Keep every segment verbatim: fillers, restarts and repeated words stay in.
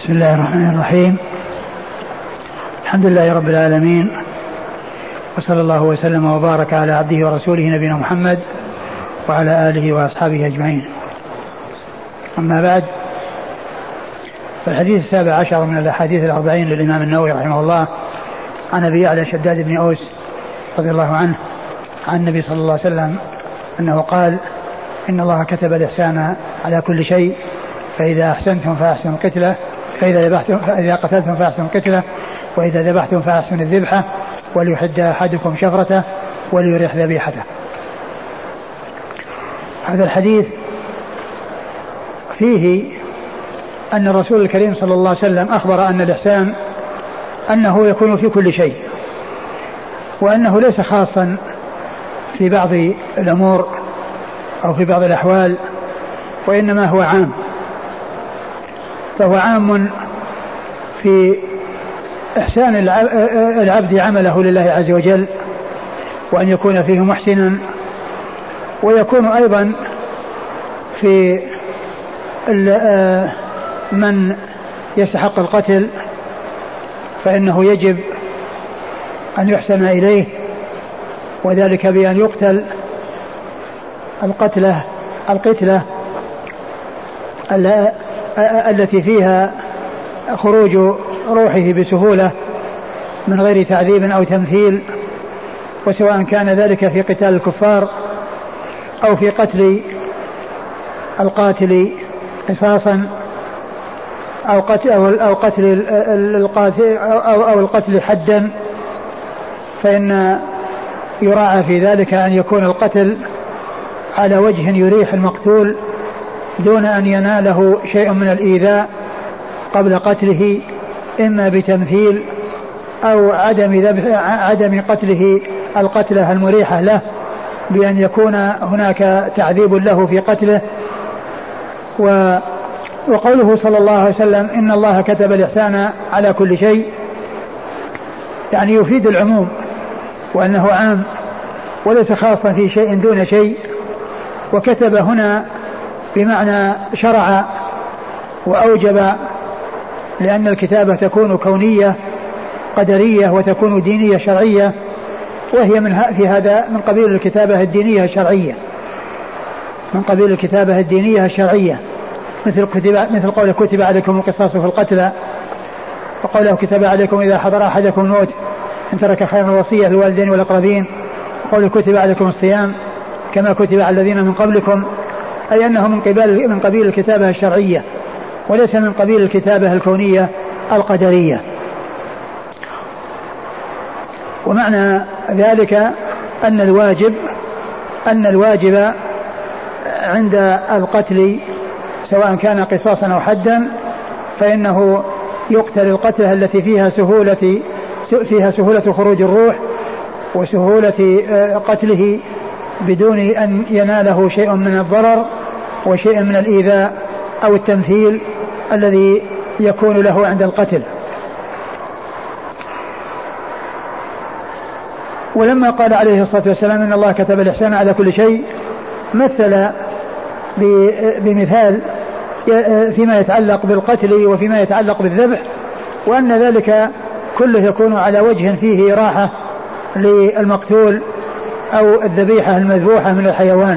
بسم الله الرحمن الرحيم. الحمد لله رب العالمين، وصلى الله وسلم وبارك على عبده ورسوله نبينا محمد وعلى آله وأصحابه أجمعين. أما بعد، فالحديث السابع عشر من الأحاديث الأربعين للإمام النووي رحمه الله عن أبي يعلى شداد بن أوس رضي الله عنه عن النبي صلى الله عليه وسلم أنه قال: إن الله كتب الإحسان على كل شيء، فإذا أحسنتم فأحسنوا القتلة، فإذا ذبحتم فإذا قتلتم فأحسنوا القتلة، وإذا ذبحتم فأحسنوا الذبحة، وليحد أحدكم شفرته وليريح ذبيحته. هذا الحديث فيه أن الرسول الكريم صلى الله عليه وسلم أخبر أن الإحسان أنه يكون في كل شيء، وأنه ليس خاصا في بعض الأمور أو في بعض الأحوال، وإنما هو عام، فهو عام في إحسان العبد عمله لله عز وجل، وأن يكون فيه محسنا، ويكون أيضا في من يستحق القتل، فإنه يجب أن يحسن إليه، وذلك بأن يقتل القتلة القتلة التي فيها خروج روحه بسهولة من غير تعذيب أو تمثيل، وسواء كان ذلك في قتال الكفار أو في قتل القاتل قصاصا أو قتل أو قتل القاتل أو القتل حدا، فإن يراعى في ذلك أن يكون القتل على وجه يريح المقتول دون أن يناله شيء من الإيذاء قبل قتله، إما بتمثيل أو عدم ذبح عدم قتله القتلة المريحة له بأن يكون هناك تعذيب له في قتله. وقوله صلى الله عليه وسلم: إن الله كتب الإحسان على كل شيء، يعني يفيد العموم، وأنه عام وليس خاصا في شيء دون شيء. وكتب هنا بمعنى شرع وأوجب، لأن الكتابة تكون كونية قدرية وتكون دينية شرعية، وهي من في هذا من قبيل الكتابة الدينية الشرعية من قبيل الكتابة الدينية الشرعية مثل كتب مثل قول كتب عليكم القصاص في القتلى، وقوله كتب عليكم إذا حضر أحدكم الموت إن ترك خيرا الوصية للوالدين والأقربين، وقوله كتب عليكم الصيام كما كتب على الذين من قبلكم، أي أنه من قبيل من قبيل الكتابة الشرعية وليس من قبيل الكتابة الكونية القدرية. ومعنى ذلك أن الواجب أن الواجب عند القتل سواء كان قصاصا أو حدا، فإنه يقتل القتلة التي فيها سهولة فيها سهولة خروج الروح وسهولة قتله بدون أن يناله شيء من الضرر وشيء من الإيذاء أو التمثيل الذي يكون له عند القتل. ولما قال عليه الصلاة والسلام: إن الله كتب الإحسان على كل شيء، مثل بمثال فيما يتعلق بالقتل وفيما يتعلق بالذبح، وأن ذلك كله يكون على وجه فيه راحة للمقتول أو الذبيحة المذبوحة من الحيوان،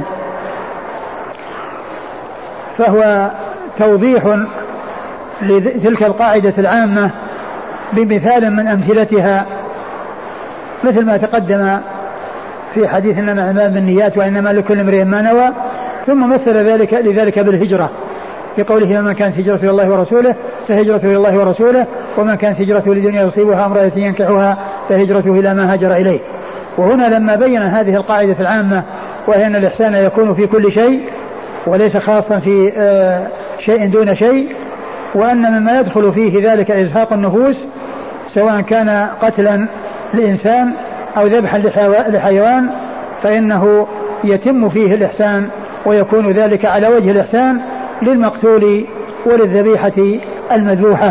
فهو توضيح لتلك القاعدة العامة بمثال من أمثلتها، مثل ما تقدم في حديث إنما الأعمال بالنيات وإنما لكل امرئ ما نوى، ثم مثل ذلك لذلك بالهجرة بقوله: من كانت هجرته إلى الله ورسوله فهجرته إلى الله ورسوله، ومن كانت هجرته لدنيا يصيبها امرأة ينكحها فهجرته إلى ما هاجر إليه. وهنا لما بين هذه القاعدة العامة، وهي أن الإحسان يكون في كل شيء وليس خاصا في شيء دون شيء، وأن مما يدخل فيه ذلك إزهاق النفوس سواء كان قتلا لإنسان أو ذبحا لحيوان، فإنه يتم فيه الإحسان ويكون ذلك على وجه الإحسان للمقتول وللذبيحة المذبوحة.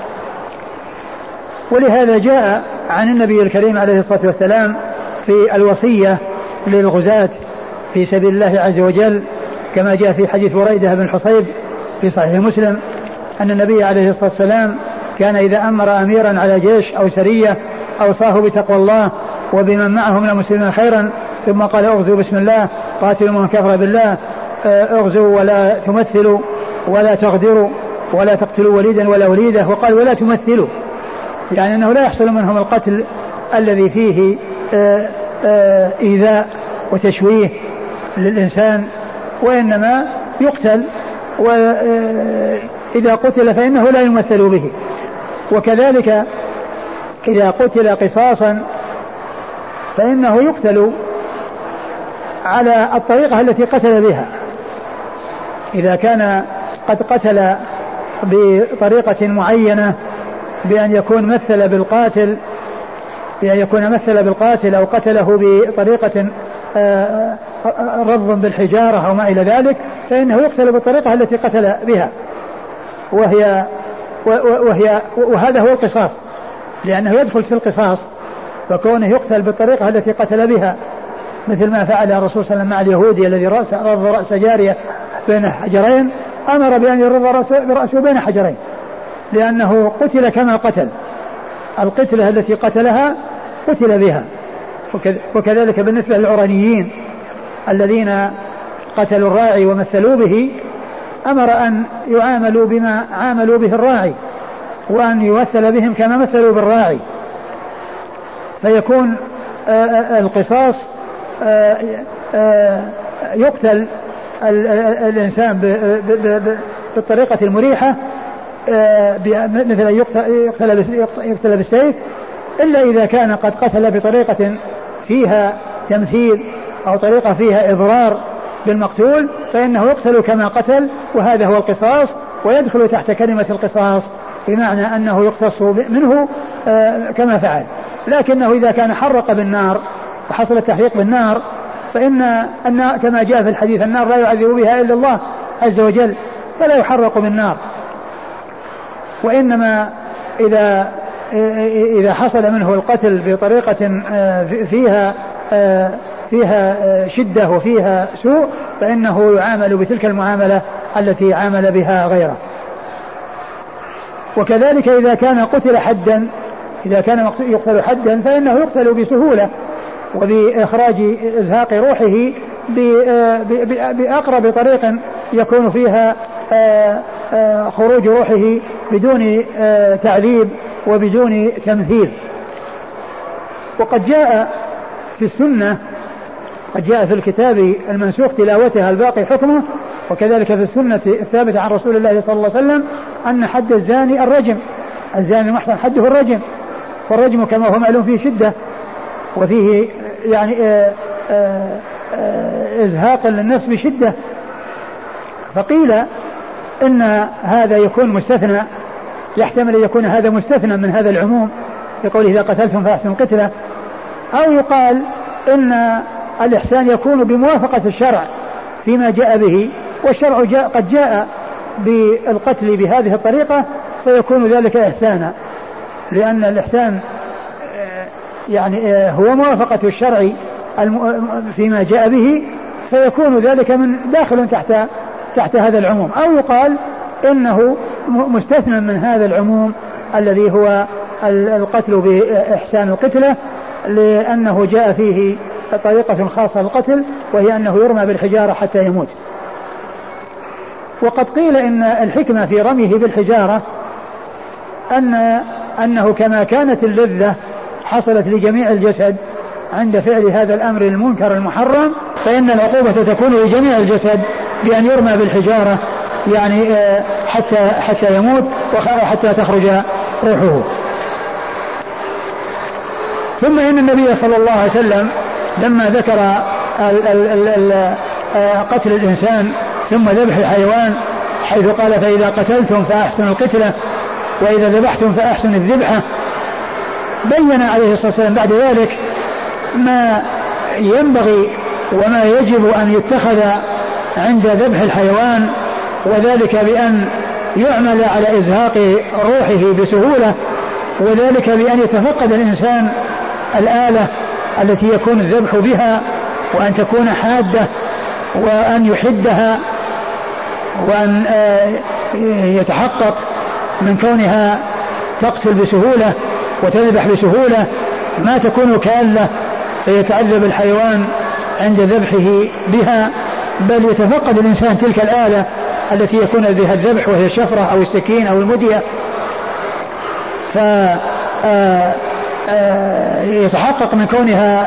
ولهذا جاء عن النبي الكريم عليه الصلاة والسلام في الوصية للغزاة في سبيل الله عز وجل، كما جاء في حديث بريدة بن الحصيب في صحيح مسلم أن النبي عليه الصلاة والسلام كان إذا أمر أميرا على جيش أو سرية أوصاه بتقوى الله وبمن معه من المسلمين خيرا ثم قال اغزوا بسم الله قاتلوا من كفر بالله اغزوا ولا تمثلوا ولا تغدروا ولا تقتلوا وليدا ولا وليدة وقال ولا تمثلوا، يعني أنه لا يحصل منهم القتل الذي فيه إيذاء وتشويه للإنسان، وإنما يقتل، وإذا قتل فإنه لا يمثل به. وكذلك إذا قتل قصاصا فإنه يقتل على الطريقة التي قتل بها. إذا كان قد قتل بطريقة معينة بأن يكون مثل بالقاتل بأن يكون مثل بالقاتل أو قتله بطريقة رض بالحجارة أو ما إلى ذلك فإنه يقتل بالطريقة التي قتل بها، وهي وهي وهذا هو القصاص، لأنه يدخل في القصاص، فكونه يقتل بالطريقة التي قتل بها مثل ما فعل الرسول صلى الله عليه وسلم مع اليهودي الذي رض رأس جارية بين حجرين، أمر بأن يرض رأسه بين حجرين لأنه قتل كما قتل، القتلة التي قتلها قتل بها. وكذلك بالنسبة للعرانيين الذين قتلوا الراعي ومثلوا به أمر أن يعاملوا بما عاملوا به الراعي وأن يمثل بهم كما مثلوا بالراعي، فيكون القصاص يقتل الإنسان بالطريقة المريحة مثل أن يقتل بالسيف، إلا إذا كان قد قتل بطريقة فيها تمثيل أو طريقة فيها إضرار بالمقتول فإنه يقتل كما قتل، وهذا هو القصاص، ويدخل تحت كلمة القصاص بمعنى أنه يقتص منه كما فعل. لكنه إذا كان حرق بالنار وحصل التحريق بالنار فإن النار كما جاء في الحديث النار لا يعذب بها إلا الله عز وجل فلا يحرق بالنار، وإنما إذا إذا حصل منه القتل بطريقة فيها فيها شدة وفيها سوء فإنه يعامل بتلك المعاملة التي عامل بها غيره. وكذلك إذا كان قتل حدا إذا كان يقتل حدا فإنه يقتل بسهولة وبإخراج إزهاق روحه بأقرب طريق يكون فيها خروج روحه بدون تعذيب وبدون تمثيل. وقد جاء في السنة قد جاء في الكتاب المنسوخ تلاوتها الباقي حكمه، وكذلك في السنة الثابتة عن رسول الله صلى الله عليه وسلم أن حد الزاني الرجم، الزاني المحصن حده الرجم، والرجم كما هو معلوم فيه شدة وفيه يعني آآ آآ إزهاق للنفس بشدة. فقيل إن هذا يكون مستثنى، يحتمل أن يكون هذا مستثنى من هذا العموم يقول إذا قتلتم فأحسنوا القتلة، أو يقال إن الإحسان يكون بموافقة الشرع فيما جاء به، والشرع جاء قد جاء بالقتل بهذه الطريقة فيكون ذلك إحسانا، لأن الإحسان يعني هو موافقة الشرع فيما جاء به فيكون ذلك من داخل تحت تحت هذا العموم، أو يقال إنه مستثنى من هذا العموم الذي هو القتل بإحسان القتلة، لأنه جاء فيه طريقة خاصة للقتل وهي أنه يرمى بالحجارة حتى يموت. وقد قيل إن الحكمة في رميه بالحجارة أن أنه كما كانت اللذة حصلت لجميع الجسد عند فعل هذا الأمر المنكر المحرم، فإن العقوبة تكون لجميع الجسد بأن يرمى بالحجارة يعني حتى حتى يموت وحتى تخرج روحه. ثم إن النبي صلى الله عليه وسلم لما ذكر ال ال ال قتل الإنسان ثم ذبح الحيوان حيث قال فإذا قتلتم فأحسنوا القتلة وإذا ذبحتم فأحسنوا الذبحة، بين عليه الصلاة والسلام بعد ذلك ما ينبغي وما يجب أن يتخذ عند ذبح الحيوان، وذلك بأن يعمل على إزهاق روحه بسهولة، وذلك بأن يتفقد الإنسان الآلة التي يكون الذبح بها وأن تكون حادة وأن يحدها وأن يتحقق من كونها تقتل بسهولة وتذبح بسهولة، ما تكون كالة فيتعذب الحيوان عند ذبحه بها، بل يتفقد الإنسان تلك الآلة التي يكون بها الذبح وهي الشفرة أو السكين أو المدية، فيتحقق من كونها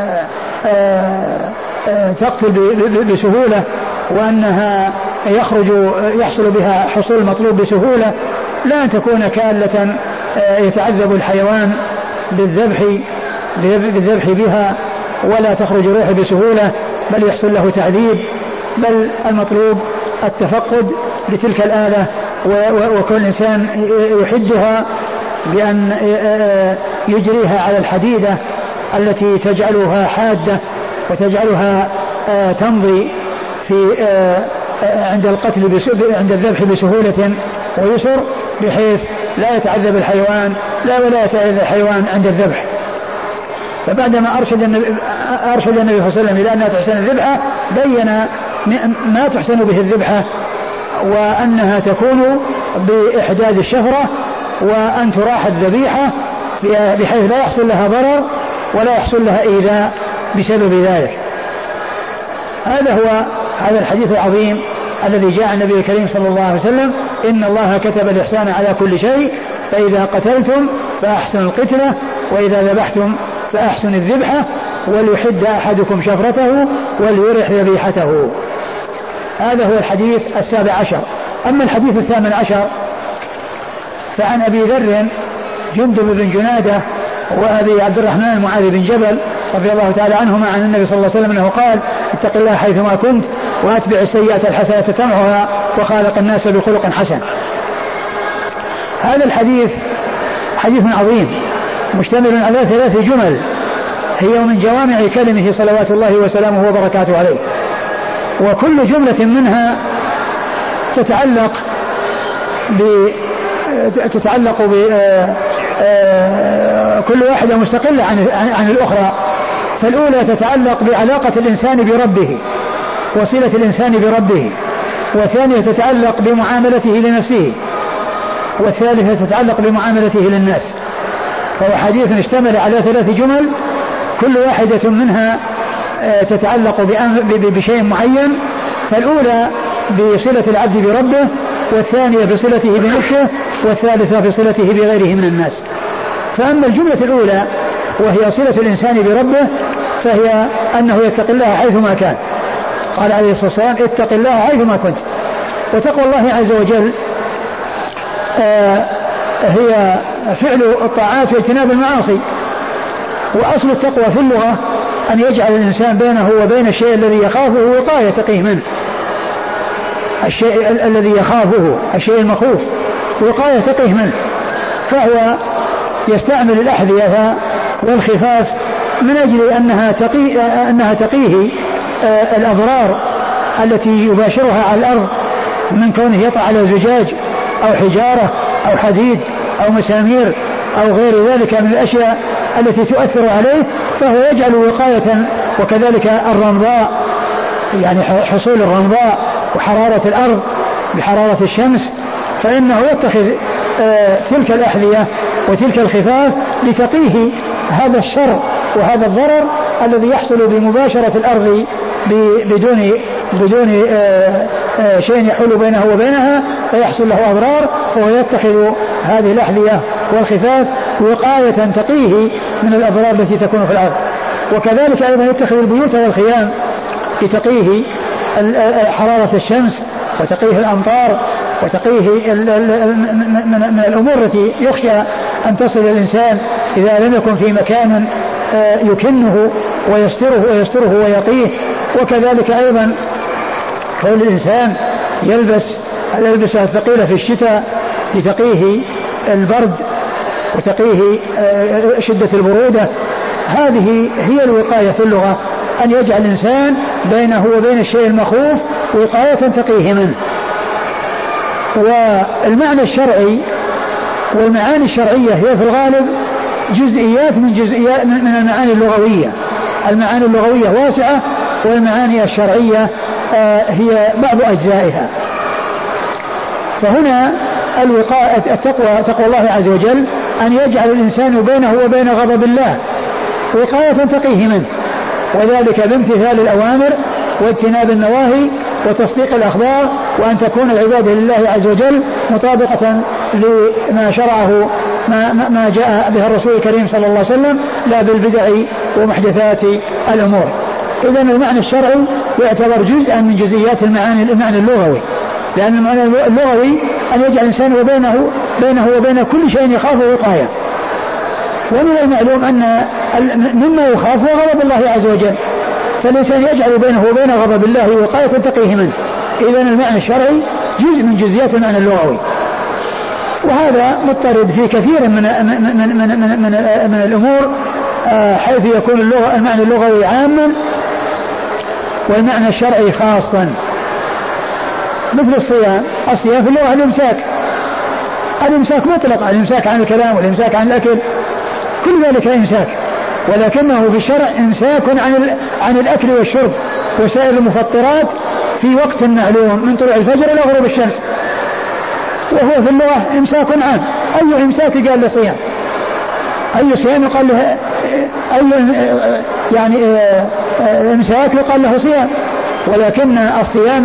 تقتل بسهولة وأنها يخرج يحصل بها حصول المطلوب بسهولة، لا أن تكون كالة يتعذب الحيوان بالذبح بالذبح بها ولا تخرج روحه بسهولة بل يحصل له تعذيب، بل المطلوب التفقد لتلك الآلة وكل إنسان يحدها بأن يجريها على الحديدة التي تجعلها حادة وتجعلها تمضي في عند القتل عند الذبح بسهولة ويسر، بحيث لا يتعذب الحيوان لا ولا يتعذب الحيوان عند الذبح. فبعدما أرشد النبي, أرشد النبي صلى الله عليه وسلم إلى أنها تحسن الذبحة، بين ما تحسن به الذبحة وأنها تكون بإحداد الشفرة وأن تراح الذبيحة بحيث لا يحصل لها ضرر ولا يحصل لها إيذاء بسبب ذلك. هذا هو هذا الحديث العظيم الذي جاء النبي الكريم صلى الله عليه وسلم: إن الله كتب الإحسان على كل شيء، فإذا قتلتم فأحسنوا القتلة، وإذا ذبحتم فأحسنوا الذبحة، وليحد أحدكم شفرته وليرح ذبيحته. هذا هو الحديث السابع عشر. أما الحديث الثامن عشر فعن أبي ذر جندب بن جنادة وأبي عبد الرحمن معاذ بن جبل رضي الله تعالى عنهما عن النبي صلى الله عليه وسلم أنه قال: اتق الله حيثما كنت وأتبع السيئة الحسنة تمحها وخالق الناس بخلق حسن. هذا الحديث حديث عظيم مشتمل على ثلاث جمل هي من جوامع كلمه صلوات الله وسلامه وبركاته عليه، وكل جملة منها تتعلق ب تتعلق ب كل واحدة مستقلة عن عن الأخرى. فالأولى تتعلق بعلاقة الإنسان بربه وصلة الإنسان بربه، والثانية تتعلق بمعاملته لنفسه، والثالثة تتعلق بمعاملته للناس. فهو حديث اشتمل على ثلاث جمل كل واحدة منها تتعلق بشيء معين. فالأولى بصلة العبد بربه، والثانية بصلته بنفسه، والثالثة بصلته بغيره من الناس. فأما الجملة الأولى وهي صلة الإنسان بربه فهي أنه يتقي الله حيثما كان. قال عليه الصلاة والسلام: اتق الله حيثما كنت. وتقوى الله عز وجل آه هي فعل الطاعات واجتناب المعاصي. وأصل التقوى في اللغة أن يجعل الإنسان بينه وبين الشيء الذي يخافه وقاية تقيه منه، الشيء الذي يخافه الشيء المخوف وقاية تقيه منه، فهو يستعمل الأحذية والخفاف من أجل أنها تقي أنها تقيه الأضرار التي يباشرها على الأرض من كونه يطع على زجاج أو حجارة أو حديد أو مسامير أو غير ذلك من الأشياء التي تؤثر عليه، فهو يجعل وقاية. وكذلك الرمضاء، يعني حصول الرمضاء وحرارة الأرض بحرارة الشمس، فإنه يتخذ تلك الأحذية وتلك الخفاف لتقيه هذا الشر وهذا الضرر الذي يحصل بمباشرة الأرض بدون بدون شيء يحول بينه وبينها فيحصل له أضرار، فهو يتخذ هذه الأحذية والخفاف وقاية تقيه من الأضرار التي تكون في الأرض. وكذلك أيضا يتخذ البيوت والخيام لتقيه حرارة الشمس وتقيه الأمطار وتقيه من الأمور التي يخشى أن تصل الإنسان إذا لم يكن في مكان يكنه ويستره ويستره ويقيه. وكذلك أيضا كون الإنسان يلبس الألبسة الثقيلة في الشتاء لتقيه البرد وتقيه شدة البرودة. هذه هي الوقاية في اللغة، أن يجعل الإنسان بينه وبين الشيء المخوف وقاية تقيه منه. والمعنى الشرعي والمعاني الشرعية هي في الغالب جزئيات من جزئيات من المعاني اللغوية. المعاني اللغوية واسعة والمعاني الشرعية هي بعض أجزائها. فهنا الوقاية التقوى تقوى الله عز وجل أن يجعل الإنسان بينه وبين غضب الله وقاية تقيه منه، وذلك بامتثال الأوامر واجتناب النواهي وتصديق الأخبار، وأن تكون العبادة لله عز وجل مطابقة لما شرعه ما, ما جاء به الرسول الكريم صلى الله عليه وسلم، لا بالبدع ومحدثات الأمور. إذن المعنى الشرعي يعتبر جزءا من جزئيات المعاني المعنى اللغوي، لأن المعنى اللغوي أن يجعل الإنسان وبينه بينه وبين كل شيء يخافه وقاية، ومن المعلوم أن مما يخاف هو غضب الله عز وجل، فالإنسان يجعل بينه وبين غضب الله وقاية تقيه منه. إذن المعنى الشرعي جزء من جزئيات المعنى اللغوي، وهذا مضطرد في كثير من من من من, من, من, من الأمور، حيث يكون اللغة المعنى اللغوي عاما والمعنى الشرعي خاصا. مثل الصيام، الصيام في اللغة الإمساك، الإمساك مطلق، الإمساك عن الكلام والإمساك عن الأكل، كل ذلك إمساك، ولكنه في الشرع إمساك عن عن الأكل والشرب وسائر المفطرات في وقت معلوم من طلوع الفجر إلى غروب الشمس، وهو في اللغة إمساك عام. أي إمساك قال له صيام، أي صيام يقال له، أي يعني إمساك يقال له صيام، ولكن الصيام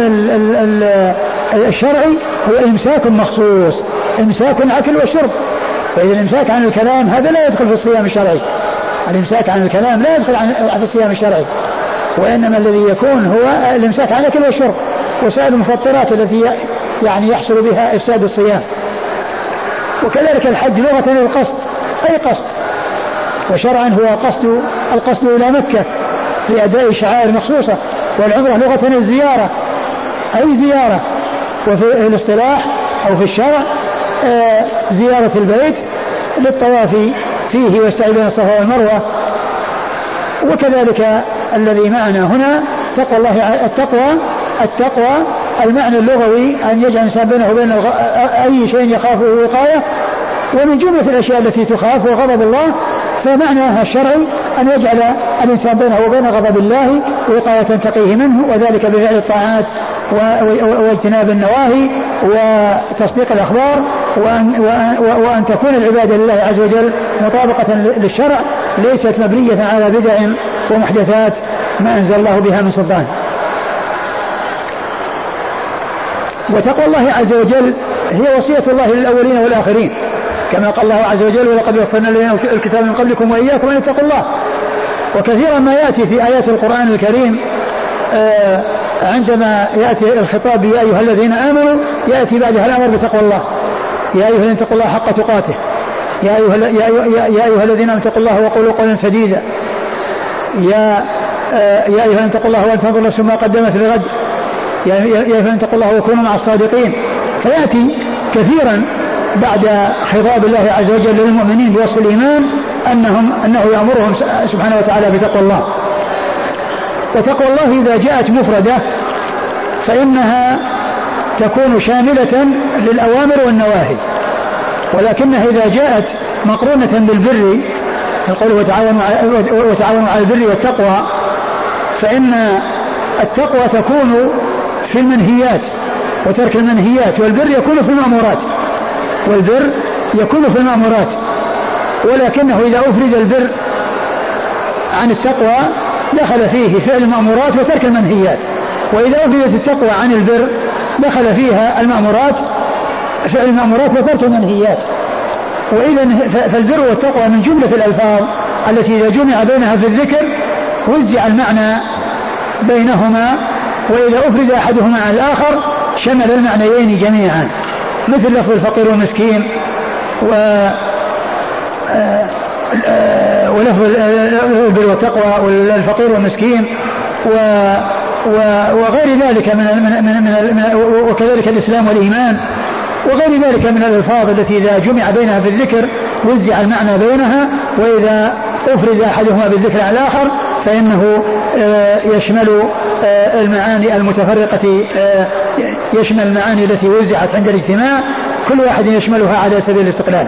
الشرعي هو إمساك مخصوص، إمساك عن الأكل والشرب. فإذا الإمساك عن الكلام هذا لا يدخل في الصيام الشرعي، الإمساك عن الكلام لا يدخل في الصيام الشرعي، وإنما الذي يكون هو الإمساك عن الأكل والشرب وسائر المفطرات التي يعني يحصل بها إفساد الصيام. وكذلك الحج لغة القصد، أي قصد، وشرعا هو قصد القصد إلى مكة في أداء شعائر مخصوصة، والعمرة لغة الزيارة، أي زيارة، وفي الاصطلاح أو في الشرع آه زيارة البيت للطواف فيه والسعي بين الصفا والمروة. وكذلك الذي معنا هنا تقوى الله، التقوى التقوى المعنى اللغوي أن يجعل الإنسان بينه وبين أي شيء يخافه وقاية، ومن جملة الأشياء التي تخاف وغضب الله، فمعناها الشرعي أن يجعل الإنسان بينه وبين غضب الله وقاية تقيه منه، وذلك بفعل الطاعات واجتناب النواهي وتصديق الأخبار، وأن, وأن تكون العبادة لله عز وجل مطابقة للشرع، ليست مبنية على بدع ومحدثات ما أنزل الله بها من سلطان. وتقوى الله عز وجل هي وصية الله للأولين والآخرين، كما قال الله عز وجل: ولقد وصلنا الذين الكتاب من قبلكم وإياكم أن اتقوا الله. وكثيرا ما يأتي في آيات القرآن الكريم آه عندما يأتي الخطاب يا أيها الذين آمنوا يأتي بعدها الأمر بتقوى الله، يا أيها الذين اتقوا الله حق تقاته، يا أيها, يا أيها, يا أيها الذين اتقوا الله وقولوا قولا سديدا، يا آه يا أيها اتقوا الله وأنتم نفس ما قدمت لغد، يا أيها اتقوا الله وكونوا مع الصادقين. فيأتي كثيرا بعد خطاب الله عز وجل للمؤمنين بوصف الإيمان أنهم أنه يأمرهم سبحانه وتعالى بتقوى الله. وتقوى الله إذا جاءت مفردة فإنها تكون شاملة للأوامر والنواهي، ولكنها إذا جاءت مقرونة بالبر، القول وتعاونوا على البر والتقوى، فإن التقوى تكون في المنهيات وترك المنهيات، والبر يكون في المأمورات، والبر يكون في المأمورات. ولكنه إذا أفرد البر عن التقوى دخل فيه فعل المأمورات وترك المنهيات، وإذا أفردت التقوى عن البر دخل فيها المأمورات فعل المأمورات وترك المنهيات. وإذا فالبر والتقوى من جملة الألفاظ التي إذا جمع بينها في الذكر وزع المعنى بينهما، وإذا أفرد أحدهما عن الآخر شمل المعنيين جميعا، مثل لفظ الفقير والمسكين و ولفظ البر والتقوى والفقير والمسكين وغير ذلك من من من وكذلك الإسلام والإيمان وغير ذلك من الألفاظ التي إذا جمع بينها في الذكر وزع المعنى بينها، وإذا أفرد أحدهما بالذكر على الآخر فإنه يشمل المعاني المتفرقة، يشمل المعاني التي وزعت عند الاجتماع، كل واحد يشملها على سبيل الاستقلال.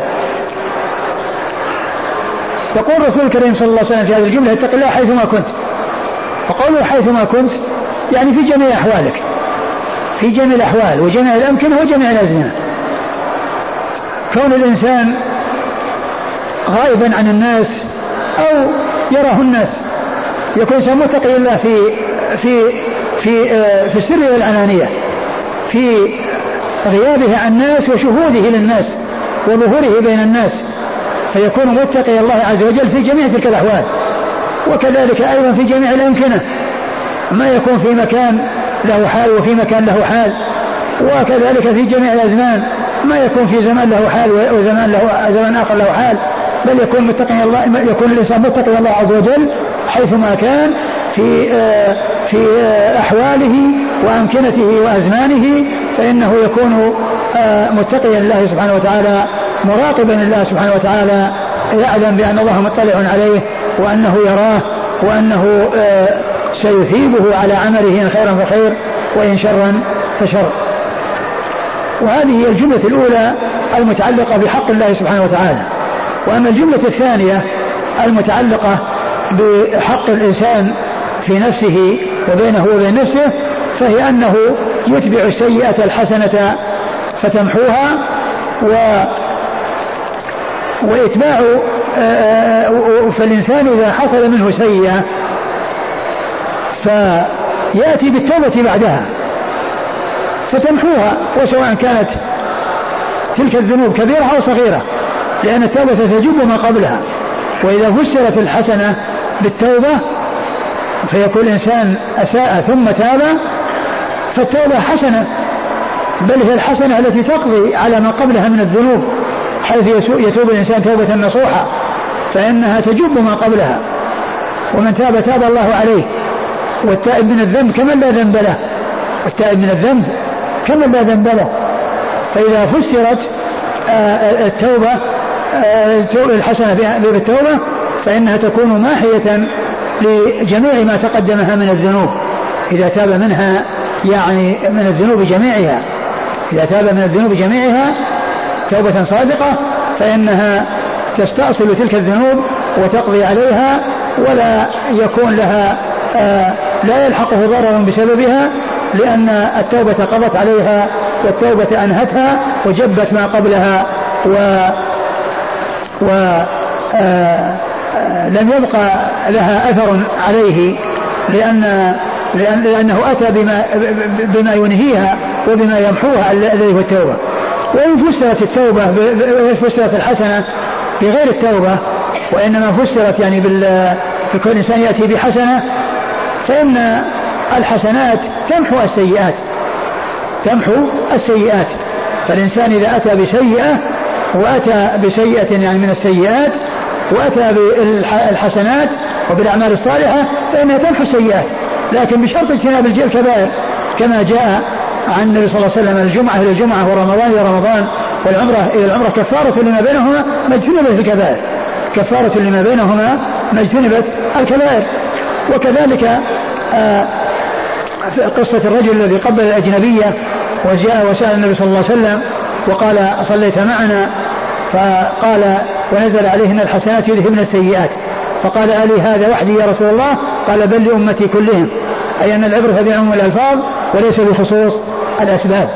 تقول الرسول الكريم صلى الله عليه وسلم في هذه الجملة: اتق الله حيثما كنت. فقوله حيثما كنت يعني في جميع أحوالك، في جميع الأحوال وجميع الأمكنة وجميع الأزمنة. كون الإنسان غائبا عن الناس أو يراه الناس يكون إنسان متقي الله في في في في السر والعلانية، في غيابه عن الناس وشهوده للناس وظهوره بين الناس، فيكون متقي الله عز وجل في جميع تلك الأحوال. وكذلك أيضا في جميع الأمكنة، ما يكون في مكان له حال وفي مكان له حال، وكذلك في جميع الأزمان، ما يكون في زمان له حال وزمان له زمان آخر له حال، بل يكون متقي الله، يكون الإنسان متقي الله عز وجل حيثما كان في في أحواله وأمكنته وأزمانه، فإنه يكون متقيا لله سبحانه وتعالى، مراقبا لله سبحانه وتعالى، يعلم بأن الله مطلع عليه وأنه يراه وأنه سيثيبه على عمله إن خيرا فخير وإن شرا فشر. وهذه هي الجملة الأولى المتعلقة بحق الله سبحانه وتعالى. وأما الجملة الثانية المتعلقة بحق الإنسان في نفسه وبينه وبين نفسه، فهي أنه يتبع السيئة الحسنة فتمحوها، و وإتباع فالإنسان إذا حصل منه سيئة فيأتي بالتوبة بعدها فتمحوها، وسواء كانت تلك الذنوب كبيرة أو صغيرة، لأن التوبة تجب ما قبلها. وإذا فسرت الحسنة بالتوبة فيكون الإنسان أساء ثم تاب، فالتوبة حسنة، بل هي الحسنة التي تقضي على ما قبلها من الذنوب، حيث يتوب الإنسان توبة نصوحة فإنها تجب ما قبلها. ومن تاب تاب الله عليه، والتائب من الذنب كمن لا ذنب له، والتائب من الذنب كمن لا ذنب له. فإذا فسرت التوبة الحسنة بالتوبة فإنها تكون ماحية لجميع ما تقدمها من الذنوب، إذا تاب منها يعني من الذنوب جميعها، إذا تاب من الذنوب جميعها توبة صادقة فإنها تستأصل تلك الذنوب وتقضي عليها، ولا يكون لها آه لا يلحقه ضرر بسببها، لأن التوبة قضت عليها والتوبة أنهتها وجبت ما قبلها، و و آه لم يبقى لها أثر عليه، لأن لأن لأنه أتى بما بما ينهيها وبما يمحوها الذي هو التوبة. وإن فسرت التوبة فسرت الحسنة بغير التوبة، وإنما فسرت يعني بكل إنسان يأتي بحسنة، فإن الحسنات تمحو السيئات، تمحو السيئات. فالإنسان إذا أتى بسيئة وأتى بسيئة يعني من السيئات وأتى بالحسنات وبالأعمال الصالحة فإنها تمحو السيئات، لكن بشرط اجتناب الكبائر، كما جاء عن النبي صلى الله عليه وسلم: الجمعة إلى الجمعة ورمضان إلى رمضان والعمرة إلى العمرة كفارة لما بينهما ما اجتنبت الكبائر، كفارة لما بينهما ما اجتنبت الكبائر. وكذلك آه قصة الرجل الذي قبل الأجنبية وجاء وسأل النبي صلى الله عليه وسلم وقال: أصليت معنا؟ فقال: ونزل عليهن الحسنات يذهبن السيئات. فقال: ألي هذا وحدي يا رسول الله؟ قال: بل لأمتي كلهم، أي أن العبرة بعموم الألفاظ وليس بخصوص الأسباب.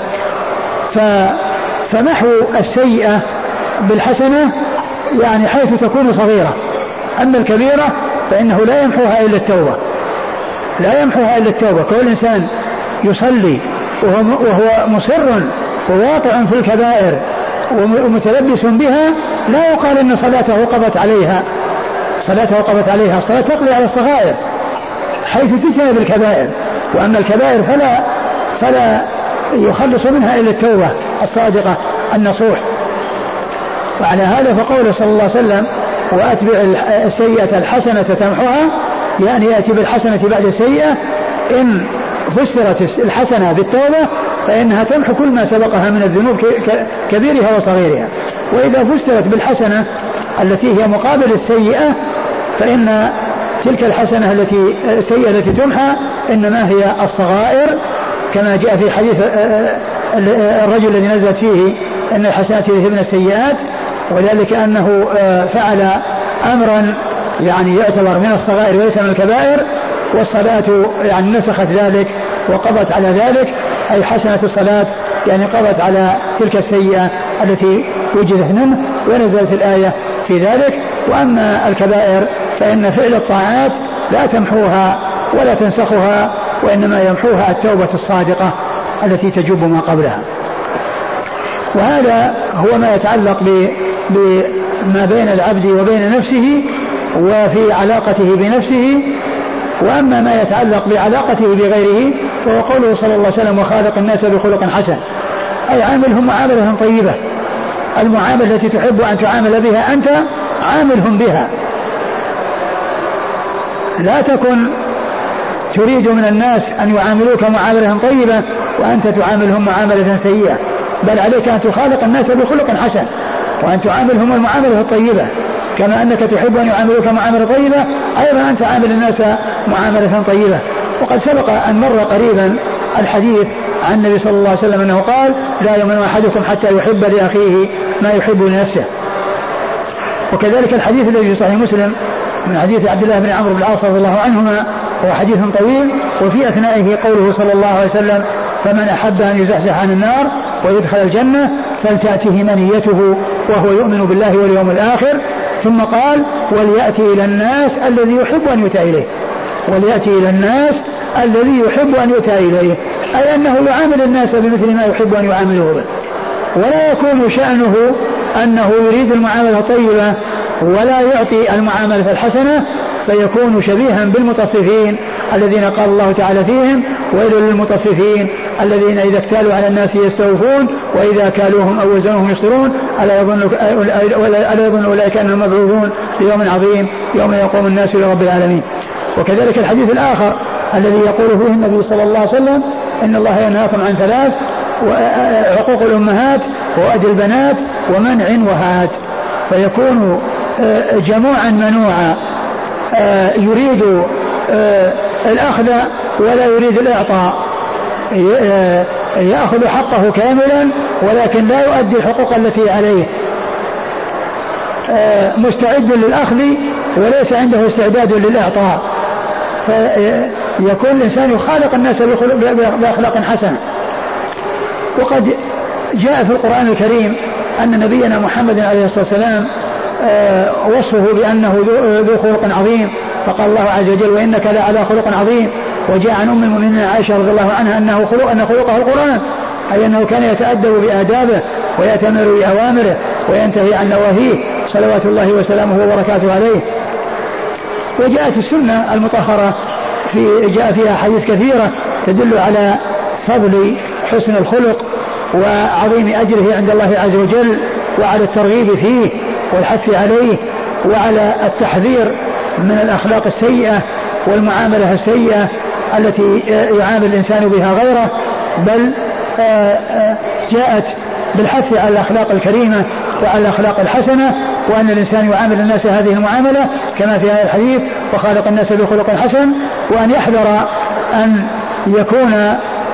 فمحو السيئة بالحسنة يعني حيث تكون صغيرة، أما الكبيرة فإنه لا يمحوها إلا التوبة، لا يمحوها إلا التوبة. كل إنسان يصلي وهو مصر وواقع في الكبائر ومتلبس بها لا يقال إن صلاته قضت عليها، صلاته قضت عليها، الصلاة تقضي على الصغائر حيث تجتنب الكبائر، وأما الكبائر فلا فلا يخلص منها إلا التوبة الصادقة النصوح. وعلى هذا فقوله صلى الله عليه وسلم: وأتبع السيئة الحسنة تمحوها، يعني يأتي بالحسنة بعد السيئة. إن فسرت الحسنة بالتوبة فإنها تمحو كل ما سبقها من الذنوب كبيرها وصغيرها. وإذا فسرت بالحسنة التي هي مقابل السيئة فإن تلك الحسنة التي السيئة التي تمحى إنما هي الصغائر، كما جاء في حديث الرجل الذي نزلت فيه أن الحسنات يذهبن السيئات، وذلك أنه فعل أمرا يعني يعتبر من الصغائر وليس من الكبائر، والصلاة يعني نسخت ذلك وقضت على ذلك. أي حسنة الصلاة يعني قضت على تلك السيئة التي وجدت منه، ونزلت الآية في ذلك. وأما الكبائر فإن فعل الطاعات لا تمحوها ولا تنسخها، وإنما يمحوها التوبة الصادقة التي تجب ما قبلها. وهذا هو ما يتعلق بما بين العبد وبين نفسه وفي علاقته بنفسه. وأما ما يتعلق بعلاقته بغيره فهو قوله صلى الله عليه وسلم: وخالق الناس بخلق حسن، أي عاملهم معاملة طيبة. المعاملة التي تحب أن تعامل بها أنت عاملهم بها، لا تكن تريد من الناس أن يعاملوك معاملة طيبة وأنت تعاملهم معاملة سيئة، بل عليك أن تخالق الناس بخلق حسن وأن تعاملهم المعاملة الطيبة، كما أنك تحب أن يعاملوك معاملة طيبة أيضا أن تعامل الناس معاملة طيبة. وقد سبق أن مر قريبا الحديث عن النبي صلى الله عليه وسلم أنه قال: لا يؤمن أحدكم حتى يحب لأخيه ما يحب لنفسه. وكذلك الحديث الذي في صحيح مسلم من حديث عبد الله بن عمرو بن العاص رضي الله عنهما هو حديث طويل، وفي أثنائه قوله صلى الله عليه وسلم: فمن أحب أن يزحزح عن النار ويدخل الجنة فلتأته منيته وهو يؤمن بالله واليوم الآخر. ثم قال: وليأتي إلى الناس الذي يحب أن يؤتى إليه، وليأتي إلى الناس الذي يحب أن يؤتى إليه، أي أنه يعامل الناس بمثل ما يحب أن يعامله به، ولا يكون شأنه أنه يريد المعاملة الطيبة ولا يعطي المعاملة الحسنة، فيكون شبيها بالمطففين الذين قال الله تعالى فيهم: ويل للمطففين الذين إذا اكتالوا على الناس يستوفون وإذا كالوهم أو وزنوهم يخسرون ألا يظن ألا يظن أولئك أنهم مبعوثون ليوم عظيم يوم يقوم الناس لرب العالمين. وكذلك الحديث الآخر الذي يقول فيه النبي صلى الله عليه وسلم: إن الله ينهاكم عن ثلاث: عقوق الأمهات وأذى البنات ومنع وهات. فيكون جموعا منوعا يريد الأخذ ولا يريد الإعطاء، يأخذ حقه كاملا ولكن لا يؤدي الحقوق التي عليه، مستعد للأخذ وليس عنده استعداد للإعطاء. فيكون الإنسان يخالق الناس بأخلاق حسنة. وقد جاء في القرآن الكريم أن نبينا محمد عليه الصلاة والسلام وصفه بأنه ذو خلق عظيم، فقال الله عز وجل: وإنك لعلى خلق عظيم. وجاء عن أم المؤمنين عائشة رضي الله عنها أنه خلق أن خلقه القرآن، أي أنه كان يتأدب بآدابه ويأتمر بأوامره وينتهي عن نواهيه صلوات الله وسلامه وبركاته عليه. وجاءت السنة المطهرة في جاء فيها حديث كثيرة تدل على فضل حسن الخلق وعظيم أجره عند الله عز وجل، وعلى الترغيب فيه والحث عليه، وعلى التحذير من الأخلاق السيئة والمعاملة السيئة التي يعامل الإنسان بها غيره، بل جاءت بالحث على الأخلاق الكريمة وعلى الأخلاق الحسنة، وأن الإنسان يعامل الناس هذه المعاملة كما في هذا الحديث: وخالق الناس بخلق حسن. وأن يحذر أن يكون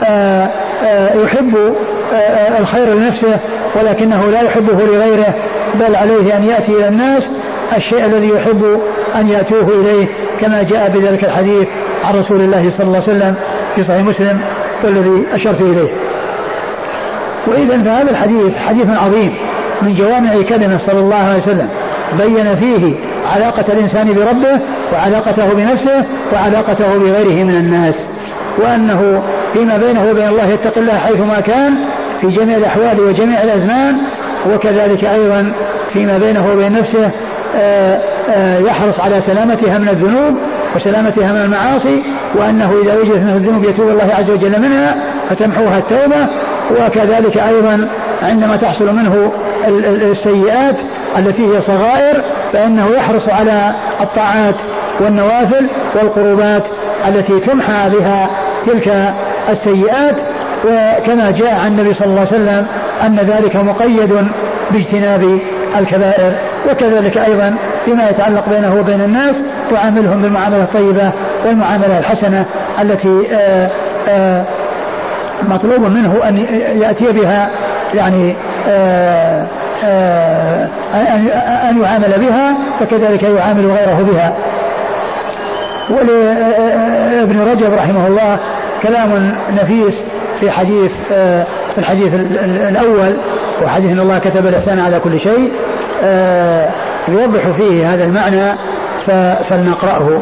يحب الخير لنفسه ولكنه لا يحبه لغيره، بل عليه أن يأتي إلى الناس الشيء الذي يحب أن يأتوه إليه، كما جاء بذلك الحديث عن رسول الله صلى الله عليه وسلم في صحيح مسلم والذي أشرت إليه. وإذن فهذا الحديث حديث عظيم من جوامع كلمة صلى الله عليه وسلم، بين فيه علاقة الإنسان بربه وعلاقته بنفسه وعلاقته بغيره من الناس، وأنه فيما بينه وبين الله يتقي الله حيثما كان في جميع الأحوال وجميع الأزمان، وكذلك أيضا فيما بينه وبين نفسه يحرص على سلامتها من الذنوب وسلامتها من المعاصي، وأنه إذا وجدت منه الذنوب يتوب الله عز وجل منها فتمحوها التوبة. وكذلك أيضا عندما تحصل منه السيئات التي هي صغائر فإنه يحرص على الطاعات والنوافل والقربات التي تمحى بها تلك السيئات. وكما جاء عن النبي صلى الله عليه وسلم أن ذلك مقيد باجتناب الكبائر. وكذلك أيضا فيما يتعلق بينه وبين الناس تعاملهم بالمعاملة الطيبة والمعاملة الحسنة التي آآ آآ مطلوب منه أن يأتي بها، يعني آآ آآ أن يعامل بها، فكذلك يعامل غيره بها. ولابن رجب رحمه الله كلام نفيس في حديث في الحديث الأول وحديث أن الله كتب الإحسان على كل شيء يوضح فيه هذا المعنى فلنقرأه.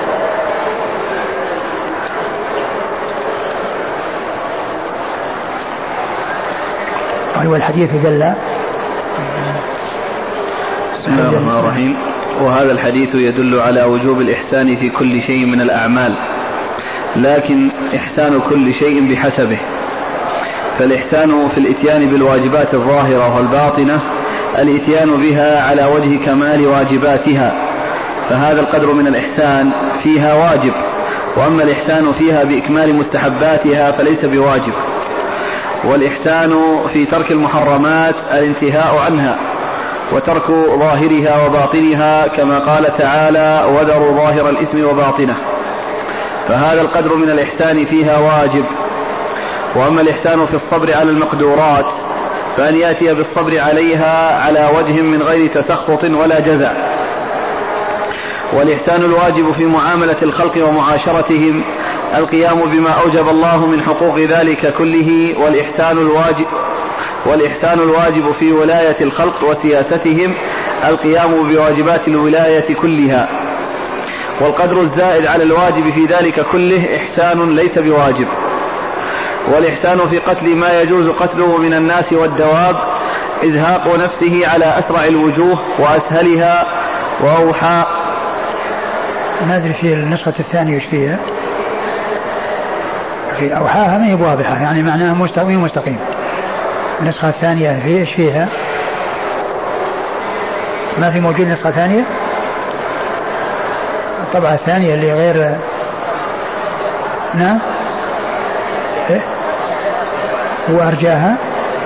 والحديث دل. بسم الله الرحمن الرحيم. وهذا الحديث يدل على وجوب الإحسان في كل شيء من الأعمال، لكن إحسان كل شيء بحسبه. فالإحسان في الإتيان بالواجبات الظاهرة والباطنة الإتيان بها على وجه كمال واجباتها، فهذا القدر من الإحسان فيها واجب، وأما الإحسان فيها بإكمال مستحباتها فليس بواجب. والإحسان في ترك المحرمات الانتهاء عنها وترك ظاهرها وباطنها، كما قال تعالى وذروا ظاهر الإثم وباطنه، فهذا القدر من الإحسان فيها واجب. وأما الإحسان في الصبر على المقدورات فأن يأتي بالصبر عليها على وجه من غير تسخط ولا جزع. والإحسان الواجب في معاملة الخلق ومعاشرتهم القيام بما أوجب الله من حقوق ذلك كله. والإحسان الواجب والإحسان الواجب في ولاية الخلق وسياستهم القيام بواجبات الولاية كلها. والقدر الزائد على الواجب في ذلك كله إحسان ليس بواجب. والإحسان في قتل ما يجوز قتله من الناس والدواب إزهاق نفسه على أسرع الوجوه وأسهلها وأوحى. ما أدري في النسخة الثانية وش فيها، في أوحاها ما هي واضحة، يعني معناها مستقيم مستقيم. النسخة الثانية في إيش فيها؟ ما في موجود نسخة ثانية؟ الطبعة الثانية اللي غير نعم إيه؟ وأرجاها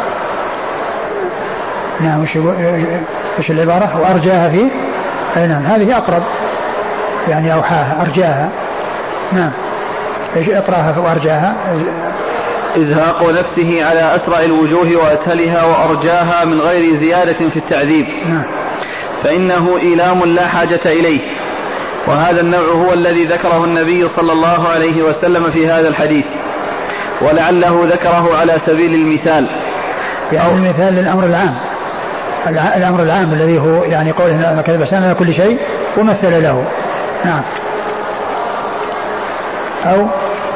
نعم وش وش العبارة؟ وأرجاها فيه أي نعم هذه أقرب، يعني أوحاها أرجاها نعم إيش اقراها وأرجاها إزهاق نفسه على أسرع الوجوه وأسهلها وأرجاها من غير زيادة في التعذيب نعم. فإنه إيلام لا حاجة إليه. وهذا النوع هو الذي ذكره النبي صلى الله عليه وسلم في هذا الحديث، ولعله ذكره على سبيل المثال، يعني المثال للأمر العام، الأمر العام الذي هو يعني قوله كتب الإحسان على كل شيء ومثل له نعم. أو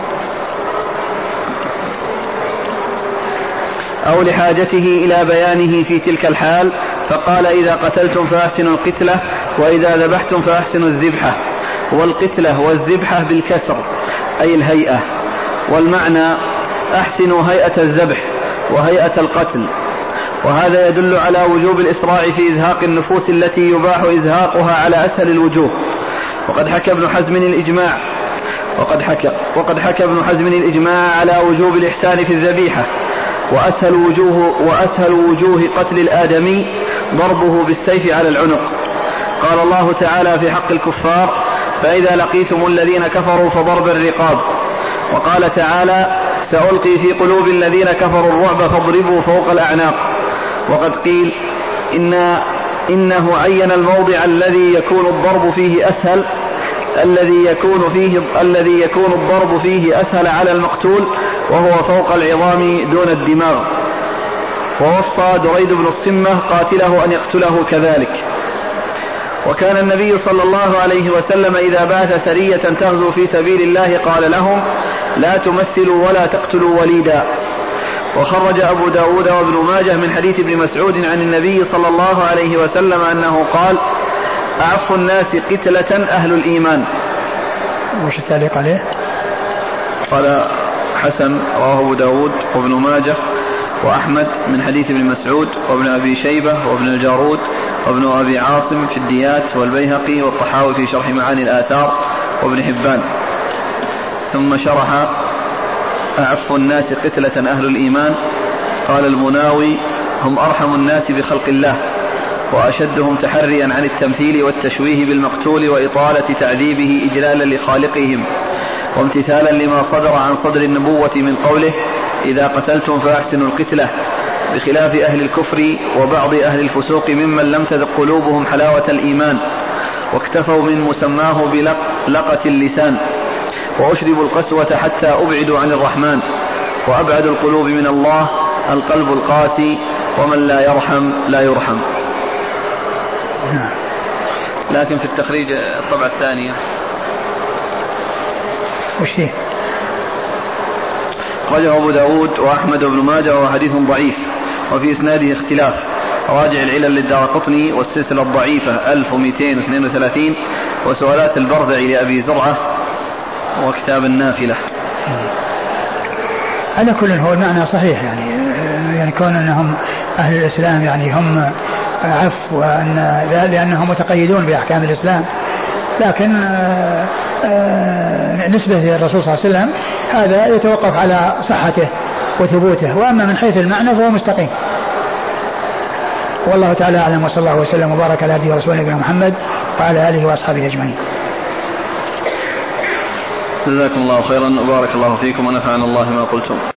أو لحاجته إلى بيانه في تلك الحال، فقال إذا قتلتم فأحسنوا القتلة وإذا ذبحتم فأحسنوا الذبحة. والقتلة والذبحة بالكسر أي الهيئة، والمعنى أحسنوا هيئة الذبح وهيئة القتل. وهذا يدل على وجوب الإسراع في إزهاق النفوس التي يباح إزهاقها على أسهل الوجوه. وقد حكى ابن حزم الإجماع وقد حكى وقد حكى ابن حزم الإجماع على وجوب الإحسان في الذبيحة. وأسهل وجوه وأسهل وجوه قتل الآدمي ضربه بالسيف على العنق. قال الله تعالى في حق الكفار فإذا لقيتم الذين كفروا فضرب الرقاب. وقال تعالى سألقي في قلوب الذين كفروا الرعب فاضربوا فوق الأعناق. وقد قيل إن إنه عين الموضع الذي يكون الضرب فيه أسهل الذي يكون فيه الذي يكون الضرب فيه أسهل على المقتول، وهو فوق العظام دون الدماغ. ووصى دريد بن الصمة قاتله أن يقتله كذلك. وكان النبي صلى الله عليه وسلم إذا بعث سرية تغزو في سبيل الله قال لهم لا تمثلوا ولا تقتلوا وليدا. وخرج أبو داود وابن ماجه من حديث ابن مسعود عن النبي صلى الله عليه وسلم أنه قال أعف الناس قتلة أهل الإيمان. وش التعليق عليه؟ قال حسن رواه أبو داود وابن ماجه وأحمد من حديث ابن مسعود وابن أبي شيبة وابن الجارود وابن أبي عاصم في الديات والبيهقي والطحاوي في شرح معاني الآثار وابن حبان. ثم شرح أعف الناس قتلة أهل الإيمان. قال المناوي هم أرحم الناس بخلق الله وأشدهم تحريا عن التمثيل والتشويه بالمقتول وإطالة تعذيبه إجلالا لخالقهم وامتثالا لما صدر عن صدر النبوة من قوله إذا قتلتم فأحسنوا القتلة، بخلاف أهل الكفر وبعض أهل الفسوق ممن لم تذق قلوبهم حلاوة الإيمان واكتفوا من مسماه بلقة اللسان وأشربوا القسوة حتى أبعدوا عن الرحمن. وأبعد القلوب من الله القلب القاسي، ومن لا يرحم لا يرحم. لكن في التخريج الطبعة الثانية وش فيه؟ رجع أبو داود وأحمد بن ماجه وهو حديث ضعيف وفي إسناده اختلاف. راجع العلل للدارقطني والسلسلة الضعيفة ألف ومئتين واثنين وثلاثين وسؤالات البرذعي لأبي زرعة وكتاب النافلة. على كل هو المعنى صحيح، يعني يعني كون أنهم أهل الإسلام يعني هم عفو، وأن لأنهم متقيدون بأحكام الإسلام، لكن نسبة للرسول صلى الله عليه وسلم هذا يتوقف على صحته وثبوته، وأما من حيث المعنى فهو مستقيم. والله تعالى أعلم، وصلى الله وسلم وبارك على عبده ورسوله نبينا محمد وعلى آله وأصحابه أجمعين. جزاكم الله خيرا وبارك الله فيكم ونفعنا الله ما قلتم.